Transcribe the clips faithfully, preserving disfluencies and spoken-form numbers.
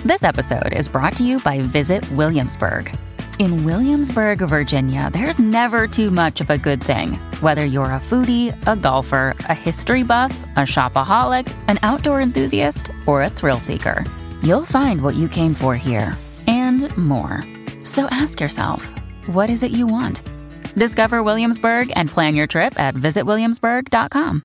This episode is brought to you by Visit Williamsburg. In Williamsburg, Virginia, there's never too much of a good thing. Whether you're a foodie, a golfer, a history buff, a shopaholic, an outdoor enthusiast, or a thrill seeker, you'll find what you came for here and more. So ask yourself, what is it you want? Discover Williamsburg and plan your trip at visit williamsburg dot com.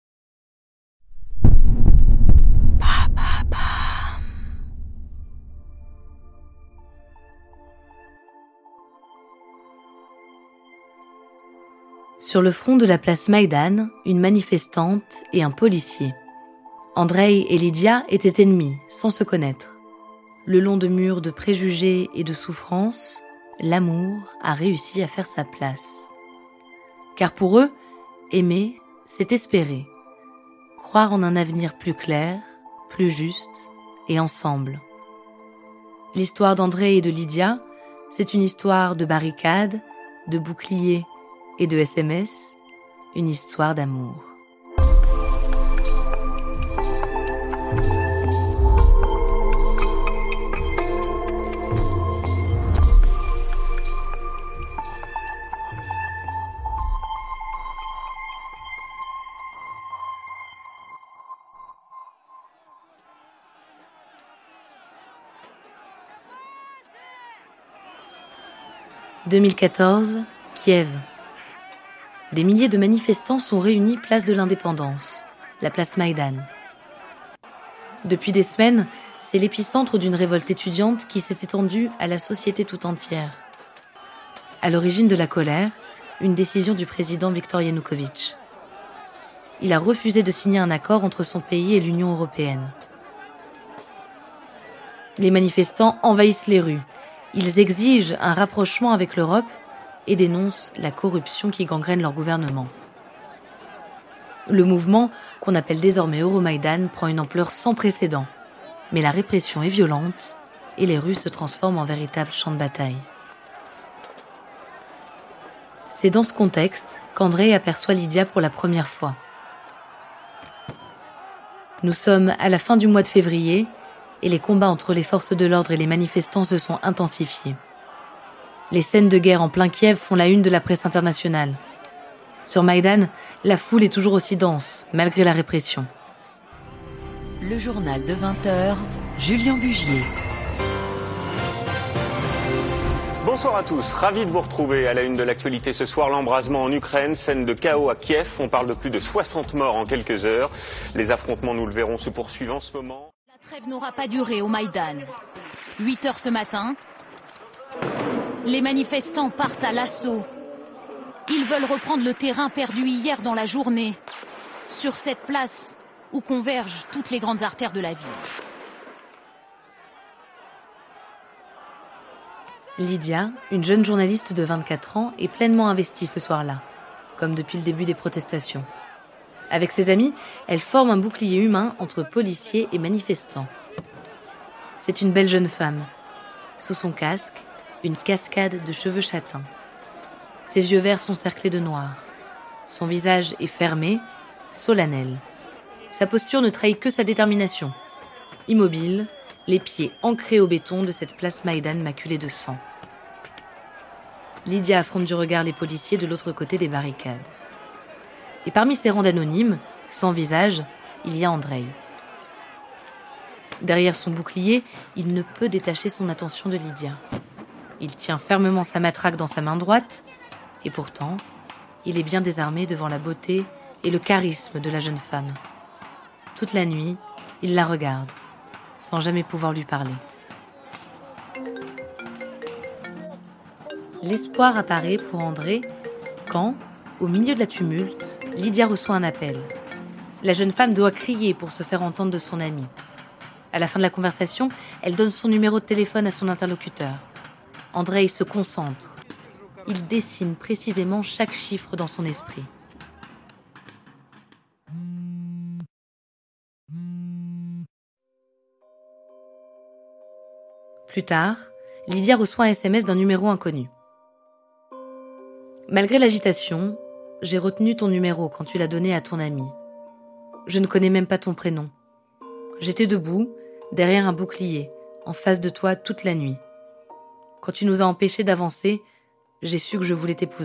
Sur le front de la place Maïdan, une manifestante et un policier. Andrei et Lydia étaient ennemis, sans se connaître. Le long de murs de préjugés et de souffrances, l'amour a réussi à faire sa place. Car pour eux, aimer, c'est espérer. Croire en un avenir plus clair, plus juste et ensemble. L'histoire d'Andrei et de Lydia, c'est une histoire de barricades, de boucliers et de S M S, une histoire d'amour. deux mille quatorze, Kiev. Des milliers de manifestants sont réunis place de l'Indépendance, la place Maïdan. Depuis des semaines, c'est l'épicentre d'une révolte étudiante qui s'est étendue à la société tout entière. À l'origine de la colère, une décision du président Viktor Yanukovych. Il a refusé de signer un accord entre son pays et l'Union européenne. Les manifestants envahissent les rues. Ils exigent un rapprochement avec l'Europe et dénoncent la corruption qui gangrène leur gouvernement. Le mouvement, qu'on appelle désormais Euromaïdan, prend une ampleur sans précédent. Mais la répression est violente et les rues se transforment en véritables champs de bataille. C'est dans ce contexte qu'Andrei aperçoit Lydia pour la première fois. Nous sommes à la fin du mois de février et les combats entre les forces de l'ordre et les manifestants se sont intensifiés. Les scènes de guerre en plein Kiev font la une de la presse internationale. Sur Maïdan, la foule est toujours aussi dense, malgré la répression. Le journal de vingt heures, Julien Bugier. Bonsoir à tous, ravi de vous retrouver à la une de l'actualité ce soir. L'embrasement en Ukraine, scène de chaos à Kiev. On parle de plus de soixante morts en quelques heures. Les affrontements, nous le verrons, se poursuivent en ce moment. La trêve n'aura pas duré au Maïdan. huit heures ce matin. Les manifestants partent à l'assaut. Ils veulent reprendre le terrain perdu hier dans la journée, sur cette place où convergent toutes les grandes artères de la ville. Lydia, une jeune journaliste de vingt-quatre ans, est pleinement investie ce soir-là, comme depuis le début des protestations. Avec ses amis, elle forme un bouclier humain entre policiers et manifestants. C'est une belle jeune femme. Sous son casque, une cascade de cheveux châtains. Ses yeux verts sont cerclés de noir. Son visage est fermé, solennel. Sa posture ne trahit que sa détermination. Immobile, les pieds ancrés au béton de cette place Maïdan maculée de sang. Lydia affronte du regard les policiers de l'autre côté des barricades. Et parmi ces rangs d'anonymes, sans visage, il y a Andrei. Derrière son bouclier, il ne peut détacher son attention de Lydia. Il tient fermement sa matraque dans sa main droite, et pourtant, il est bien désarmé devant la beauté et le charisme de la jeune femme. Toute la nuit, il la regarde, sans jamais pouvoir lui parler. L'espoir apparaît pour Andrei quand, au milieu de la tumulte, Lydia reçoit un appel. La jeune femme doit crier pour se faire entendre de son amie. À la fin de la conversation, elle donne son numéro de téléphone à son interlocuteur. Andrei se concentre. Il dessine précisément chaque chiffre dans son esprit. Plus tard, Lydia reçoit un S M S d'un numéro inconnu. Malgré l'agitation, j'ai retenu ton numéro quand tu l'as donné à ton ami. Je ne connais même pas ton prénom. J'étais debout, derrière un bouclier, en face de toi toute la nuit. Quand tu nous as empêchés d'avancer, j'ai su que je voulais t'épouser. »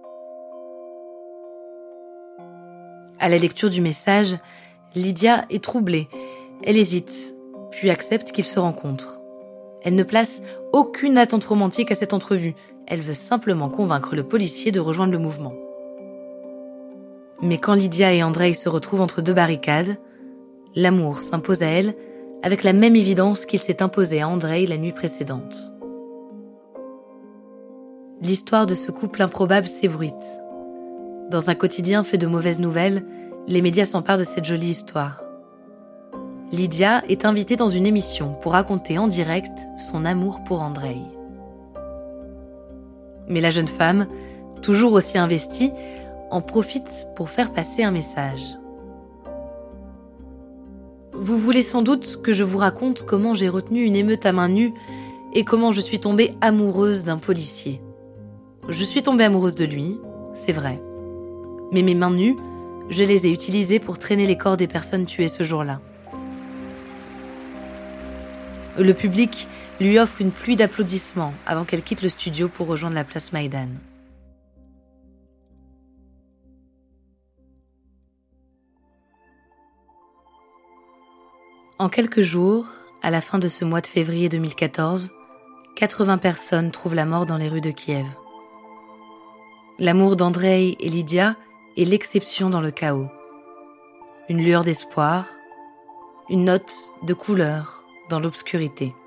À la lecture du message, Lydia est troublée. Elle hésite, puis accepte qu'ils se rencontrent. Elle ne place aucune attente romantique à cette entrevue. Elle veut simplement convaincre le policier de rejoindre le mouvement. Mais quand Lydia et Andreï se retrouvent entre deux barricades, l'amour s'impose à elle avec la même évidence qu'il s'est imposé à Andreï la nuit précédente. L'histoire de ce couple improbable s'ébruite. Dans un quotidien fait de mauvaises nouvelles, les médias s'emparent de cette jolie histoire. Lydia est invitée dans une émission pour raconter en direct son amour pour Andreï. Mais la jeune femme, toujours aussi investie, en profite pour faire passer un message. Vous voulez sans doute que je vous raconte comment j'ai retenu une émeute à main nue et comment je suis tombée amoureuse d'un policier. Je suis tombée amoureuse de lui, c'est vrai. Mais mes mains nues, je les ai utilisées pour traîner les corps des personnes tuées ce jour-là. Le public lui offre une pluie d'applaudissements avant qu'elle quitte le studio pour rejoindre la place Maïdan. En quelques jours, à la fin de ce mois de février deux mille quatorze, quatre-vingts personnes trouvent la mort dans les rues de Kiev. L'amour d'Andreï et Lydia est l'exception dans le chaos. Une lueur d'espoir, une note de couleur dans l'obscurité.